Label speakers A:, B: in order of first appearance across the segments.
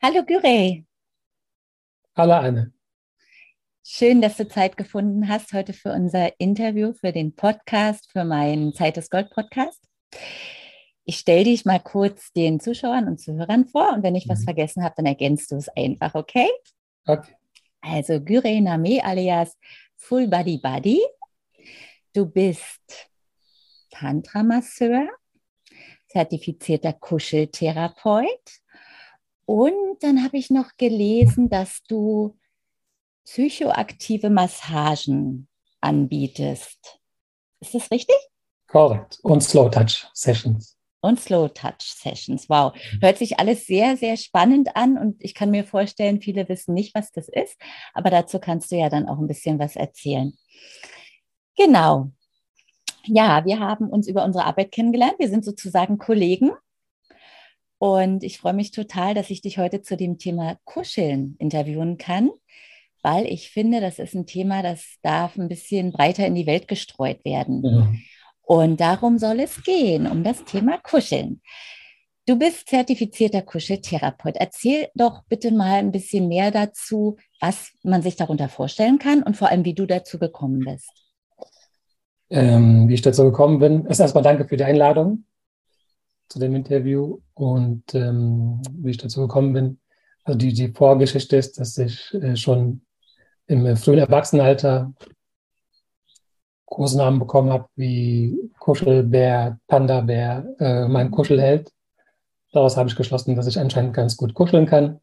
A: Hallo Gürey,
B: Alle eine.
A: schön, dass du Zeit gefunden hast heute für unser Interview, für den Podcast, für meinen Zeit ist Gold Podcast. Ich stelle dich mal kurz den Zuschauern und Zuhörern vor und wenn ich was
B: Mhm.
A: vergessen habe, dann ergänzt du es einfach, okay?
B: Okay.
A: Also Gürey Name alias Full Body Buddy, du bist Tantra-Masseur, zertifizierter Kuscheltherapeut und dann habe ich noch gelesen, dass du psychoaktive Massagen anbietest. Ist das richtig?
B: Korrekt. Und Slow Touch Sessions.
A: Und Slow Touch Sessions. Wow. Hört sich alles sehr, sehr spannend an und ich kann mir vorstellen, viele wissen nicht, was das ist, aber dazu kannst du ja dann auch ein bisschen was erzählen. Genau. Ja, wir haben uns über unsere Arbeit kennengelernt. Wir sind sozusagen Kollegen und ich freue mich total, dass ich dich heute zu dem Thema Kuscheln interviewen kann, weil ich finde, das ist ein Thema, das darf ein bisschen breiter in die Welt gestreut werden.
B: Mhm.
A: Und darum soll es gehen, um das Thema Kuscheln. Du bist zertifizierter Kuscheltherapeut. Erzähl doch bitte mal ein bisschen mehr dazu, was man sich darunter vorstellen kann und vor allem, wie du dazu gekommen bist.
B: Wie ich dazu gekommen bin, ist erstmal danke für die Einladung zu dem Interview und wie ich dazu gekommen bin. Also die Vorgeschichte ist, dass ich schon im frühen Erwachsenenalter Kosenamen bekommen habe wie Kuschelbär, Panda-Bär, mein Kuschelheld. Daraus habe ich geschlossen, dass ich anscheinend ganz gut kuscheln kann.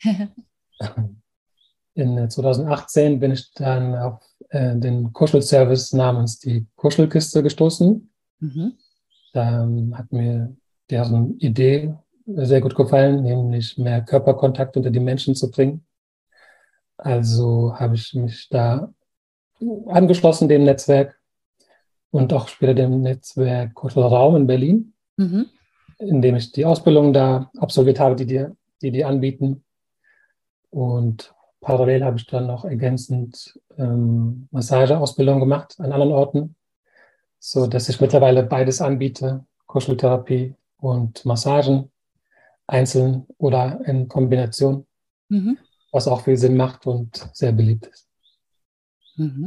B: In 2018 bin ich dann auf den Kuschelservice namens die Kuschelkiste gestoßen.
A: Mhm.
B: Da hat mir deren Idee sehr gut gefallen, nämlich mehr Körperkontakt unter die Menschen zu bringen. Also habe ich mich da angeschlossen, dem Netzwerk und auch später dem Netzwerk Kuschelraum in Berlin,
A: Mhm.
B: in dem ich die Ausbildung da absolviert habe, die anbieten. Und parallel habe ich dann noch ergänzend Massageausbildung gemacht an anderen Orten, so dass ich mittlerweile beides anbiete, Kuscheltherapie und Massagen, einzeln oder in Kombination,
A: Mhm.
B: was auch viel Sinn macht und sehr beliebt ist.
A: Mhm.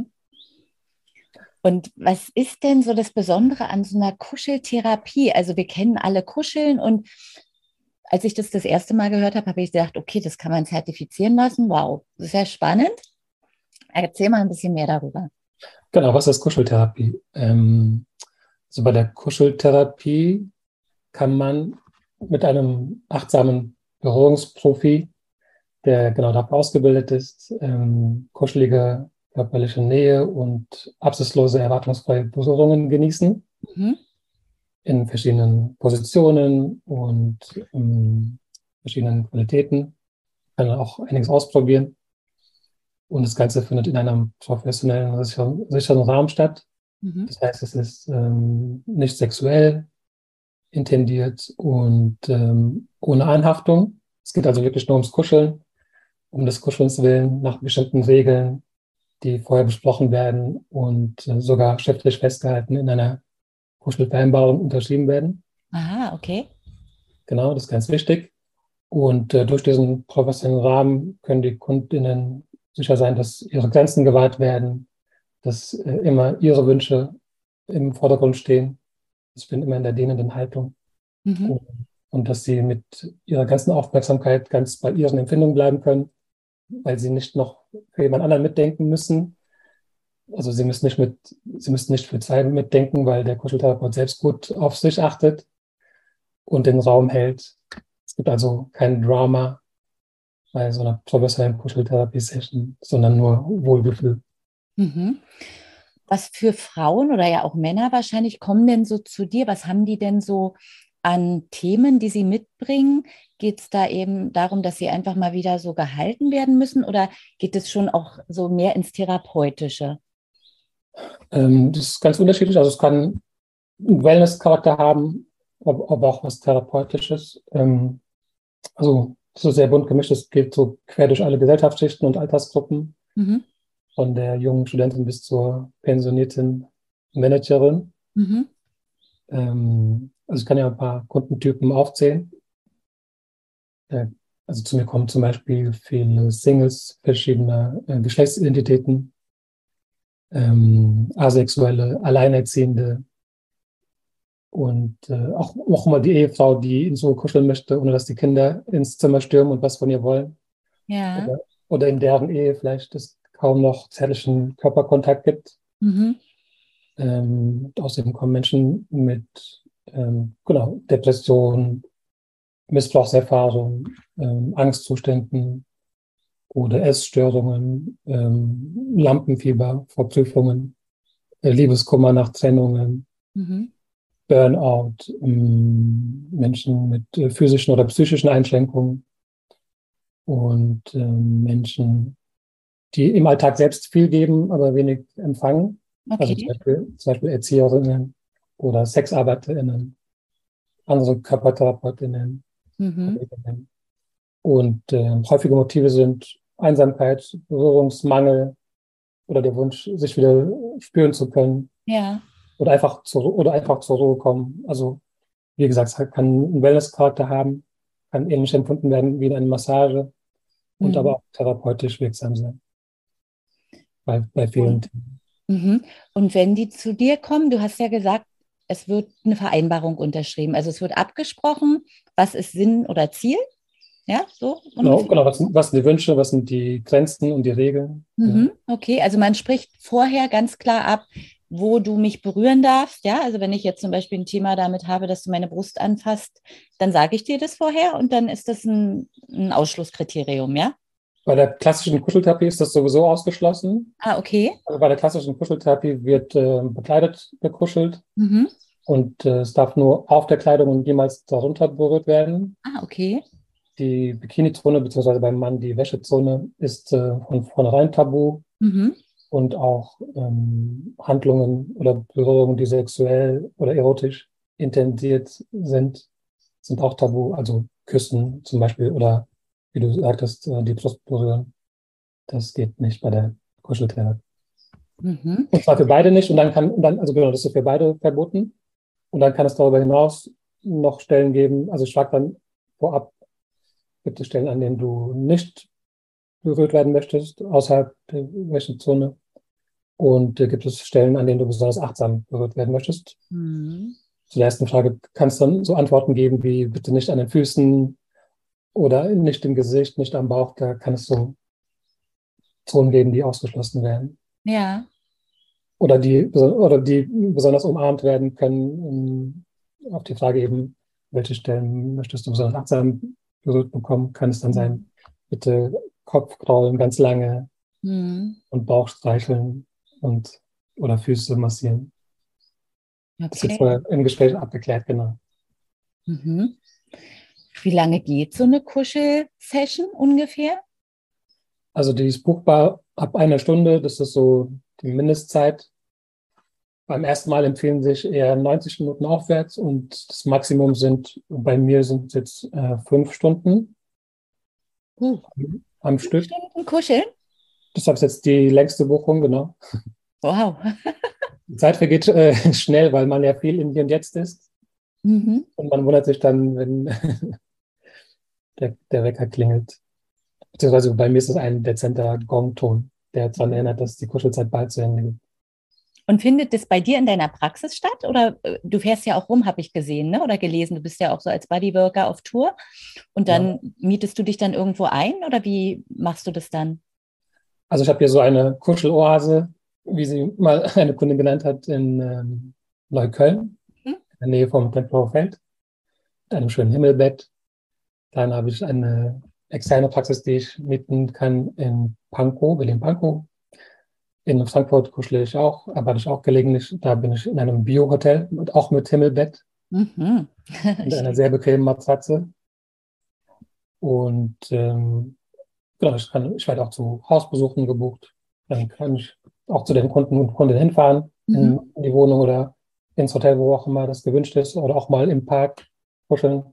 A: Und was ist denn so das Besondere an so einer Kuscheltherapie? Also wir kennen alle Kuscheln und als ich das erste Mal gehört habe, habe ich gedacht, okay, das kann man zertifizieren lassen. Wow, das ist ja spannend. Erzähl mal ein bisschen mehr darüber.
B: Genau, was ist Kuscheltherapie? Also bei der Kuscheltherapie kann man mit einem achtsamen Berührungsprofi, der genau dafür ausgebildet ist, kuschelige körperliche Nähe und absichtsslose, erwartungsfreie Berührungen genießen
A: Mhm.
B: in verschiedenen Positionen und verschiedenen Qualitäten. Kann auch einiges ausprobieren. Und das Ganze findet in einem professionellen, sicheren Rahmen statt.
A: Mhm.
B: Das heißt, es ist nicht sexuell intendiert und ohne Anhaftung. Es geht also wirklich nur ums Kuscheln, um des Kuschelns willen, nach bestimmten Regeln, die vorher besprochen werden und sogar schriftlich festgehalten in einer Kuschelvereinbarung unterschrieben werden.
A: Aha, okay.
B: Genau, das ist ganz wichtig. Und durch diesen professionellen Rahmen können die KundInnen sicher sein, dass ihre Grenzen gewahrt werden, dass immer ihre Wünsche im Vordergrund stehen. Ich bin immer in der dienenden Haltung.
A: Mhm.
B: Und dass sie mit ihrer ganzen Aufmerksamkeit ganz bei ihren Empfindungen bleiben können, weil sie nicht noch für jemand anderen mitdenken müssen. Also sie müssen nicht für zwei mitdenken, weil der Kuscheltherapeut selbst gut auf sich achtet und den Raum hält. Es gibt also kein Drama bei so einer professionellen Kuscheltherapie-Session, sondern nur Wohlgefühl.
A: Mhm. Was für Frauen oder ja auch Männer wahrscheinlich kommen denn so zu dir? Was haben die denn so an Themen, die sie mitbringen? Geht es da eben darum, dass sie einfach mal wieder so gehalten werden müssen oder geht es schon auch so mehr ins Therapeutische?
B: Das ist ganz unterschiedlich. Also es kann einen Wellness-Charakter haben, aber auch was Therapeutisches. Also das ist sehr bunt gemischt. Es geht so quer durch alle Gesellschaftsschichten und Altersgruppen,
A: Mhm.
B: von der jungen Studentin bis zur pensionierten Managerin.
A: Mhm.
B: Also ich kann ja ein paar Kundentypen aufzählen. Also zu mir kommen zum Beispiel viele Singles verschiedener Geschlechtsidentitäten, Asexuelle, Alleinerziehende und auch mal die Ehefrau, die ins Ruhe kuscheln möchte, ohne dass die Kinder ins Zimmer stürmen und was von ihr wollen.
A: Ja.
B: Oder in deren Ehe vielleicht es kaum noch zärtlichen Körperkontakt gibt.
A: Mhm.
B: Außerdem kommen Menschen mit genau, Depressionen, Missbrauchserfahrungen, Angstzuständen oder Essstörungen, Lampenfieber vor Prüfungen, Liebeskummer nach Trennungen,
A: Mhm.
B: Burnout, Menschen mit physischen oder psychischen Einschränkungen und Menschen, die im Alltag selbst viel geben, aber wenig empfangen. Also
A: Okay.
B: zum Beispiel Erzieherinnen oder Sexarbeiterinnen, andere Körpertherapeutinnen,
A: Mhm.
B: Kolleginnen. Und häufige Motive sind Einsamkeit, Berührungsmangel oder der Wunsch, sich wieder spüren zu können
A: Ja.
B: oder einfach zur Ruhe kommen. Also wie gesagt, es kann einen Wellness-Charakter haben, kann ähnlich empfunden werden wie eine Massage und aber
A: Mhm.
B: auch therapeutisch wirksam sein bei vielen
A: Und,
B: Themen.
A: mhm. Und wenn die zu dir kommen, du hast ja gesagt, es wird eine Vereinbarung unterschrieben. Also es wird abgesprochen, was ist Sinn oder Ziel. Ja, so
B: Genau,
A: ungefähr.
B: genau, was sind die Wünsche, was sind die Grenzen und die Regeln? Ja.
A: Mhm. Okay, also man spricht vorher ganz klar ab, wo du mich berühren darfst. Ja, also wenn ich jetzt zum Beispiel ein Thema damit habe, dass du meine Brust anfasst, dann sage ich dir das vorher und dann ist das ein Ausschlusskriterium, ja?
B: Bei der klassischen Kuscheltherapie ist das sowieso ausgeschlossen.
A: Ah, okay.
B: Also bei der klassischen Kuscheltherapie wird bekleidet gekuschelt
A: Mhm.
B: und es darf nur auf der Kleidung und niemals darunter berührt werden.
A: Ah, okay.
B: Die Bikini-Zone, beziehungsweise beim Mann die Wäschezone, ist von vornherein tabu
A: Mhm.
B: und auch Handlungen oder Berührungen, die sexuell oder erotisch intensiert sind auch tabu. Also Küssen zum Beispiel oder wie du sagtest, die Brust berühren. Das geht nicht bei der Kuscheltherapie.
A: Mhm.
B: Und zwar für beide nicht. Also genau, das ist für beide verboten. Und dann kann es darüber hinaus noch Stellen geben. Also ich frage dann vorab, gibt es Stellen, an denen du nicht berührt werden möchtest, außerhalb der Wäschezone? Und gibt es Stellen, an denen du besonders achtsam berührt werden möchtest?
A: Mhm.
B: Zu der ersten Frage kannst du dann so Antworten geben wie bitte nicht an den Füßen oder nicht im Gesicht, nicht am Bauch. Da kann es so Zonen geben, die ausgeschlossen werden.
A: Ja.
B: Oder die besonders umarmt werden können. Auf die Frage eben, welche Stellen möchtest du besonders achtsam berührt bekommen, kann es dann sein,
A: Mhm.
B: bitte Kopf kraulen ganz lange
A: Mhm.
B: und Bauch streicheln und oder Füße massieren. Das wird
A: Okay.
B: vorher im Gespräch abgeklärt, genau.
A: Mhm. Wie lange geht so eine Kuschelsession ungefähr?
B: Also die ist buchbar ab einer Stunde, das ist so die Mindestzeit. Beim ersten Mal empfehlen sich eher 90 Minuten aufwärts und das Maximum bei mir sind jetzt 5 Stunden
A: Uh,
B: am
A: fünf
B: Stück.
A: Stunden kuscheln?
B: Deshalb ist jetzt die längste Buchung, genau.
A: Wow.
B: Die Zeit vergeht schnell, weil man ja viel im Hier und Jetzt ist.
A: Mhm.
B: Und man wundert sich dann, wenn der Wecker klingelt. Beziehungsweise bei mir ist es ein dezenter Gongton, der daran erinnert, dass die Kuschelzeit bald zu Ende geht.
A: Und findet das bei dir in deiner Praxis statt? Oder du fährst ja auch rum, habe ich gesehen, ne? Oder gelesen. Du bist ja auch so als Bodyworker auf Tour. Und
B: Ja.
A: dann mietest du dich dann irgendwo ein oder wie machst du das dann?
B: Also ich habe hier so eine Kuscheloase, wie sie mal eine Kundin genannt hat, in Neukölln,
A: Hm?
B: in der Nähe vom Tempelhofer Feld, mit einem schönen Himmelbett. Dann habe ich eine externe Praxis, die ich mieten kann in Pankow, Berlin-Pankow. In Frankfurt kuschle ich auch, arbeite ich auch gelegentlich. Da bin ich in einem Bio-Hotel, auch mit Himmelbett
A: Mhm.
B: und einer
A: Schön.
B: sehr bequemen Matratze. Und genau, ich werde auch zu Hausbesuchen gebucht. Dann kann ich auch zu den Kunden und Kundinnen hinfahren,
A: Mhm.
B: in die Wohnung oder ins Hotel, wo auch immer das gewünscht ist, oder auch mal im Park kuscheln.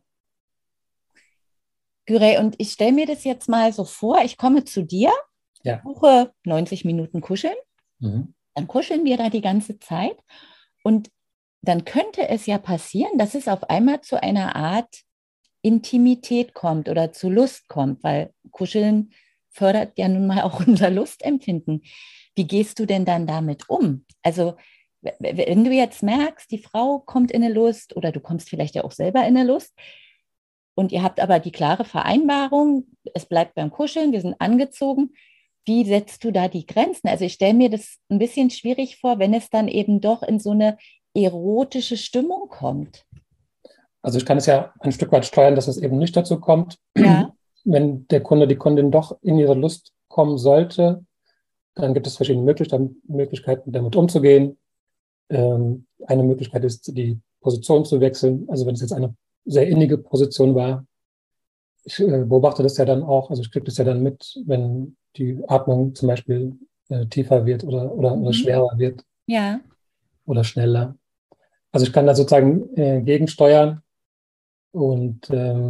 A: Gürey, und ich stelle mir das jetzt mal so vor, ich komme zu dir,
B: Ja.
A: buche 90 Minuten kuscheln,
B: Mhm.
A: dann kuscheln wir da die ganze Zeit und dann könnte es ja passieren, dass es auf einmal zu einer Art Intimität kommt oder zu Lust kommt, weil Kuscheln fördert ja nun mal auch unser Lustempfinden. Wie gehst du denn dann damit um? Also wenn du jetzt merkst, die Frau kommt in eine Lust oder du kommst vielleicht ja auch selber in eine Lust und ihr habt aber die klare Vereinbarung, es bleibt beim Kuscheln, wir sind angezogen. Wie setzt du da die Grenzen? Also ich stelle mir das ein bisschen schwierig vor, wenn es dann eben doch in so eine erotische Stimmung kommt.
B: Also ich kann es ja ein Stück weit steuern, dass es eben nicht dazu kommt.
A: Ja.
B: Wenn der Kunde, die Kundin doch in ihre Lust kommen sollte, dann gibt es verschiedene Möglichkeiten, damit umzugehen. Eine Möglichkeit ist, die Position zu wechseln. Also wenn es jetzt eine sehr innige Position war, ich beobachte das ja dann auch, also ich kriege das ja dann mit, wenn die Atmung zum Beispiel tiefer wird oder
A: Mhm.
B: schwerer wird
A: Ja.
B: oder schneller. Also ich kann da sozusagen gegensteuern und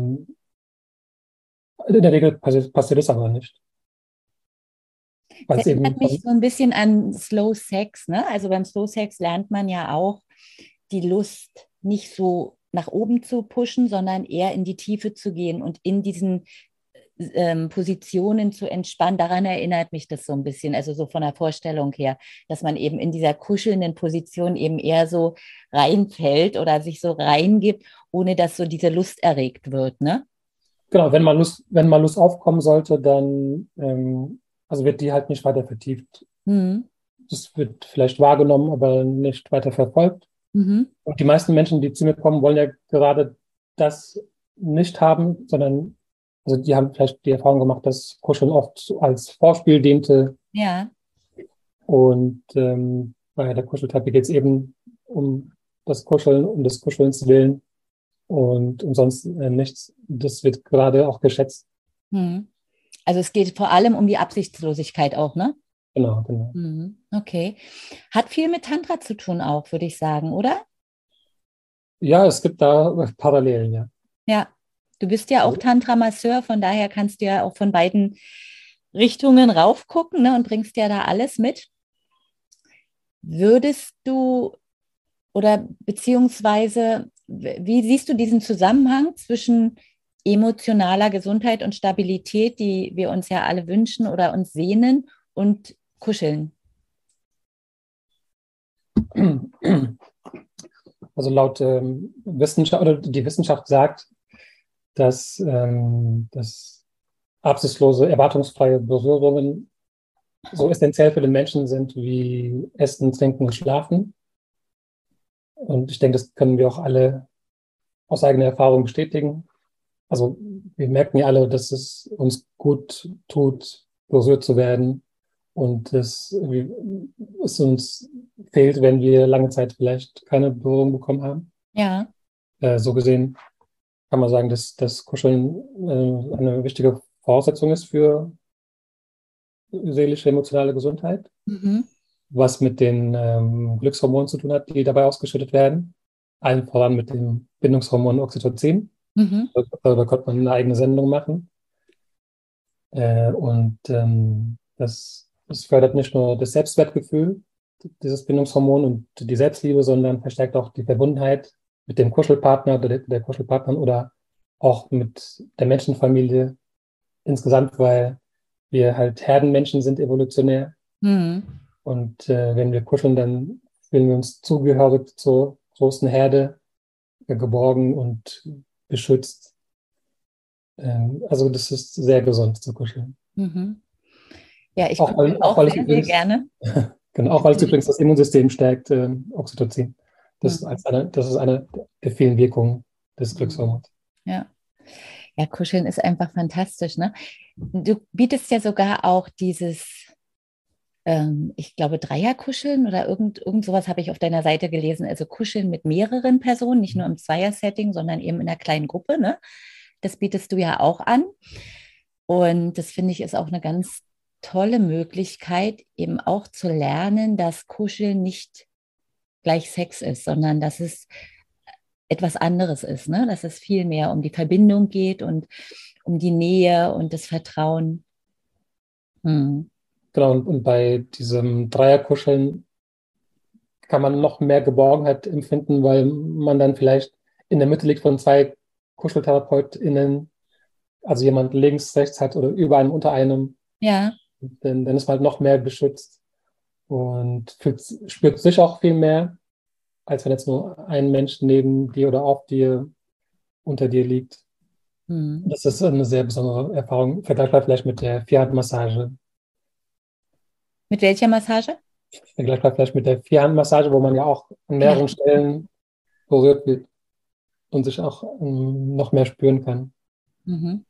B: in der Regel passiert das aber nicht. Weil
A: Das
B: es eben
A: erinnert mich so ein bisschen an Slow Sex, ne? Also beim Slow Sex lernt man ja auch, die Lust nicht so nach oben zu pushen, sondern eher in die Tiefe zu gehen und in diesen Positionen zu entspannen. Daran erinnert mich das so ein bisschen, also so von der Vorstellung her, dass man eben in dieser kuschelnden Position eben eher so reinfällt oder sich so reingibt, ohne dass so diese Lust erregt wird, ne?
B: genau, wenn mal Lust aufkommen sollte, dann also wird die halt nicht weiter vertieft.
A: Mhm.
B: Das wird vielleicht wahrgenommen, aber nicht weiter verfolgt.
A: Mhm.
B: Und die meisten Menschen, die zu mir kommen, wollen ja gerade das nicht haben, sondern also die haben vielleicht die Erfahrung gemacht, dass Kuscheln oft als Vorspiel diente.
A: Ja.
B: Und bei der Kuscheltherapie geht es eben um das Kuscheln, um des Kuschelns willen und umsonst nichts. Das wird gerade auch geschätzt.
A: Mhm. Also es geht vor allem um die Absichtslosigkeit auch, ne?
B: Genau, genau.
A: Mhm. Okay. Hat viel mit Tantra zu tun auch, würde ich sagen, oder?
B: Ja, es gibt da Parallelen, ja.
A: Ja. Du bist ja auch
B: Also,
A: Tantra-Masseur, von daher kannst du ja auch von beiden Richtungen raufgucken, ne, und bringst ja da alles mit. Würdest du oder beziehungsweise, wie siehst du diesen Zusammenhang zwischen emotionaler Gesundheit und Stabilität, die wir uns ja alle wünschen oder uns sehnen, und Kuscheln?
B: also laut Wissenschaft oder die Wissenschaft sagt, dass absichtslose, erwartungsfreie Berührungen so essentiell für den Menschen sind wie Essen, Trinken und Schlafen. Und ich denke, das können wir auch alle aus eigener Erfahrung bestätigen. Also wir merken ja alle, dass es uns gut tut, berührt zu werden und es uns fehlt, wenn wir lange Zeit vielleicht keine Berührung bekommen haben.
A: Ja.
B: So gesehen kann man sagen, dass das Kuscheln eine wichtige Voraussetzung ist für seelische, emotionale Gesundheit,
A: Mhm.
B: was mit den Glückshormonen zu tun hat, die dabei ausgeschüttet werden. Allen voran mit dem Bindungshormon Oxytocin.
A: Mhm.
B: Darüber konnte man eine eigene Sendung machen. Das fördert nicht nur das Selbstwertgefühl, dieses Bindungshormon und die Selbstliebe, sondern verstärkt auch die Verbundenheit mit dem Kuschelpartner oder der Kuschelpartnerin oder auch mit der Menschenfamilie insgesamt, weil wir halt Herdenmenschen sind evolutionär.
A: Mhm.
B: Und wenn wir kuscheln, dann fühlen wir uns zugehörig zur großen Herde, geborgen und beschützt. Also das ist sehr gesund zu kuscheln.
A: Mhm. Ja, ich kuschel
B: Auch
A: auch
B: weil es
A: sehr, sehr
B: übrigens,
A: gerne.
B: genau, auch weil es übrigens das Immunsystem stärkt, Oxytocin.
A: Mhm.
B: Das ist eine der vielen Wirkungen des
A: Mhm.
B: Glückshormons.
A: Ja. Ja, Kuscheln ist einfach fantastisch, ne? Du bietest ja sogar auch dieses, ich glaube, Dreierkuscheln oder irgend sowas habe ich auf deiner Seite gelesen. Also Kuscheln mit mehreren Personen, nicht nur im Zweier-Setting, sondern eben in einer kleinen Gruppe, ne? Das bietest du ja auch an. Und das finde ich ist auch eine ganz tolle Möglichkeit, eben auch zu lernen, dass Kuscheln nicht gleich Sex ist, sondern dass es etwas anderes ist, ne? Dass es viel mehr um die Verbindung geht und um die Nähe und das Vertrauen. Hm.
B: Genau, und bei diesem Dreierkuscheln kann man noch mehr Geborgenheit empfinden, weil man dann vielleicht in der Mitte liegt von zwei KuscheltherapeutInnen, also jemand links, rechts hat oder über einem, unter einem,
A: Ja.
B: dann ist man halt noch mehr geschützt und spürt sich auch viel mehr, als wenn jetzt nur ein Mensch neben dir oder auf dir, unter dir liegt.
A: Hm.
B: Das ist eine sehr besondere Erfahrung. Vergleichbar vielleicht mit der Vierhandmassage.
A: Mit welcher Massage?
B: Vergleichbar vielleicht mit der Vierhandmassage, wo man ja auch an
A: Ja.
B: mehreren Stellen berührt wird und sich auch noch mehr spüren kann.
A: Mhm.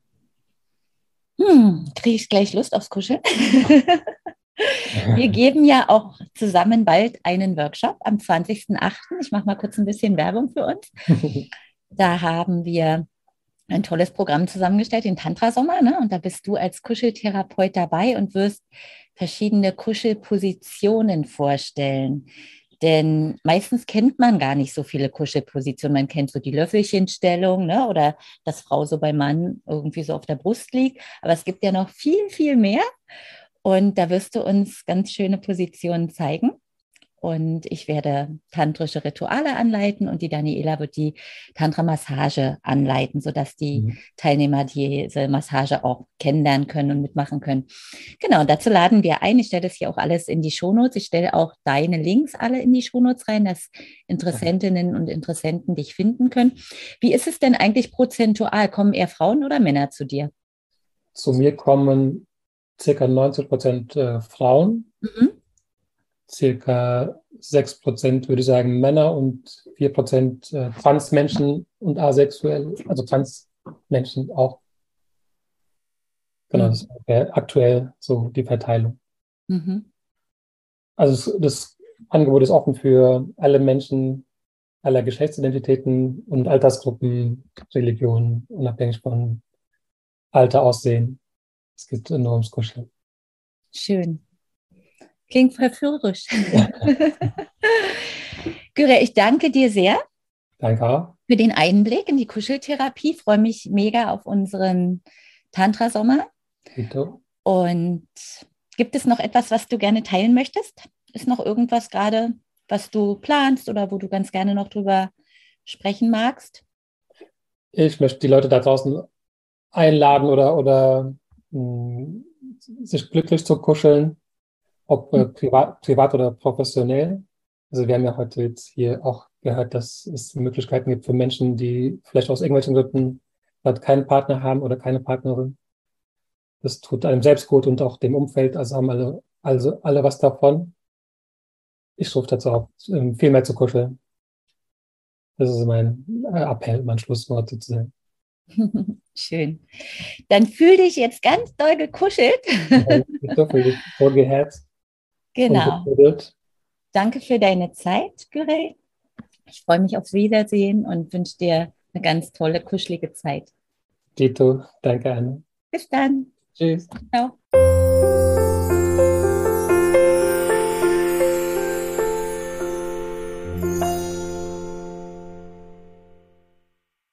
A: Kriege ich gleich Lust aufs Kuscheln? Wir geben ja auch zusammen bald einen Workshop am 20.08. Ich mache mal kurz ein bisschen Werbung für uns. Da haben wir ein tolles Programm zusammengestellt, den Tantra-Sommer, ne? Und da bist du als Kuscheltherapeut dabei und wirst verschiedene Kuschelpositionen vorstellen. Denn meistens kennt man gar nicht so viele Kuschelpositionen. Man kennt so die Löffelchenstellung, ne? Oder dass Frau so beim Mann irgendwie so auf der Brust liegt. Aber es gibt ja noch viel, viel mehr. Und da wirst du uns ganz schöne Positionen zeigen. Und ich werde tantrische Rituale anleiten und die Daniela wird die Tantra-Massage anleiten, sodass die Teilnehmer diese Massage auch kennenlernen können und mitmachen können. Genau, und dazu laden wir ein. Ich stelle das hier auch alles in die Shownotes. Ich stelle auch deine Links alle in die Shownotes rein, dass Interessentinnen und Interessenten dich finden können. Wie ist es denn eigentlich prozentual? Kommen eher Frauen oder Männer zu dir?
B: Zu mir kommen circa 90% Frauen,
A: Mhm.
B: circa 6% würde ich sagen Männer und 4% Transmenschen und asexuell, also Transmenschen auch. Genau, das
A: Mhm.
B: wäre aktuell so die Verteilung.
A: Mhm.
B: Also das Angebot ist offen für alle Menschen aller Geschlechtsidentitäten und Altersgruppen, Religionen, unabhängig von Alter, Aussehen. Es geht nur ums Kuscheln.
A: Schön. Klingt verführerisch. Gyre, ich danke dir sehr
B: Danke auch.
A: für den Einblick in die Kuscheltherapie. Ich freue mich mega auf unseren Tantra-Sommer.
B: Dito.
A: Und gibt es noch etwas, was du gerne teilen möchtest? Ist noch irgendwas gerade, was du planst oder wo du ganz gerne noch drüber sprechen magst?
B: Ich möchte die Leute da draußen einladen oder mh, sich glücklich zu kuscheln, ob privat oder professionell. Also wir haben ja heute jetzt hier auch gehört, dass es Möglichkeiten gibt für Menschen, die vielleicht aus irgendwelchen Gründen gerade keinen Partner haben oder keine Partnerin. Das tut einem selbst gut und auch dem Umfeld, also haben alle was davon. Ich rufe dazu auf, viel mehr zu kuscheln. Das ist mein Appell, mein Schlusswort sozusagen.
A: Schön. Dann fühl dich jetzt ganz doll gekuschelt.
B: Ich fühle dich so geherzt und
A: Genau.
B: geknuddelt.
A: Danke für deine Zeit, Gyre. Ich freue mich aufs Wiedersehen und wünsche dir eine ganz tolle, kuschelige Zeit.
B: Dito, danke Anne.
A: Bis dann.
B: Tschüss.
A: Ciao.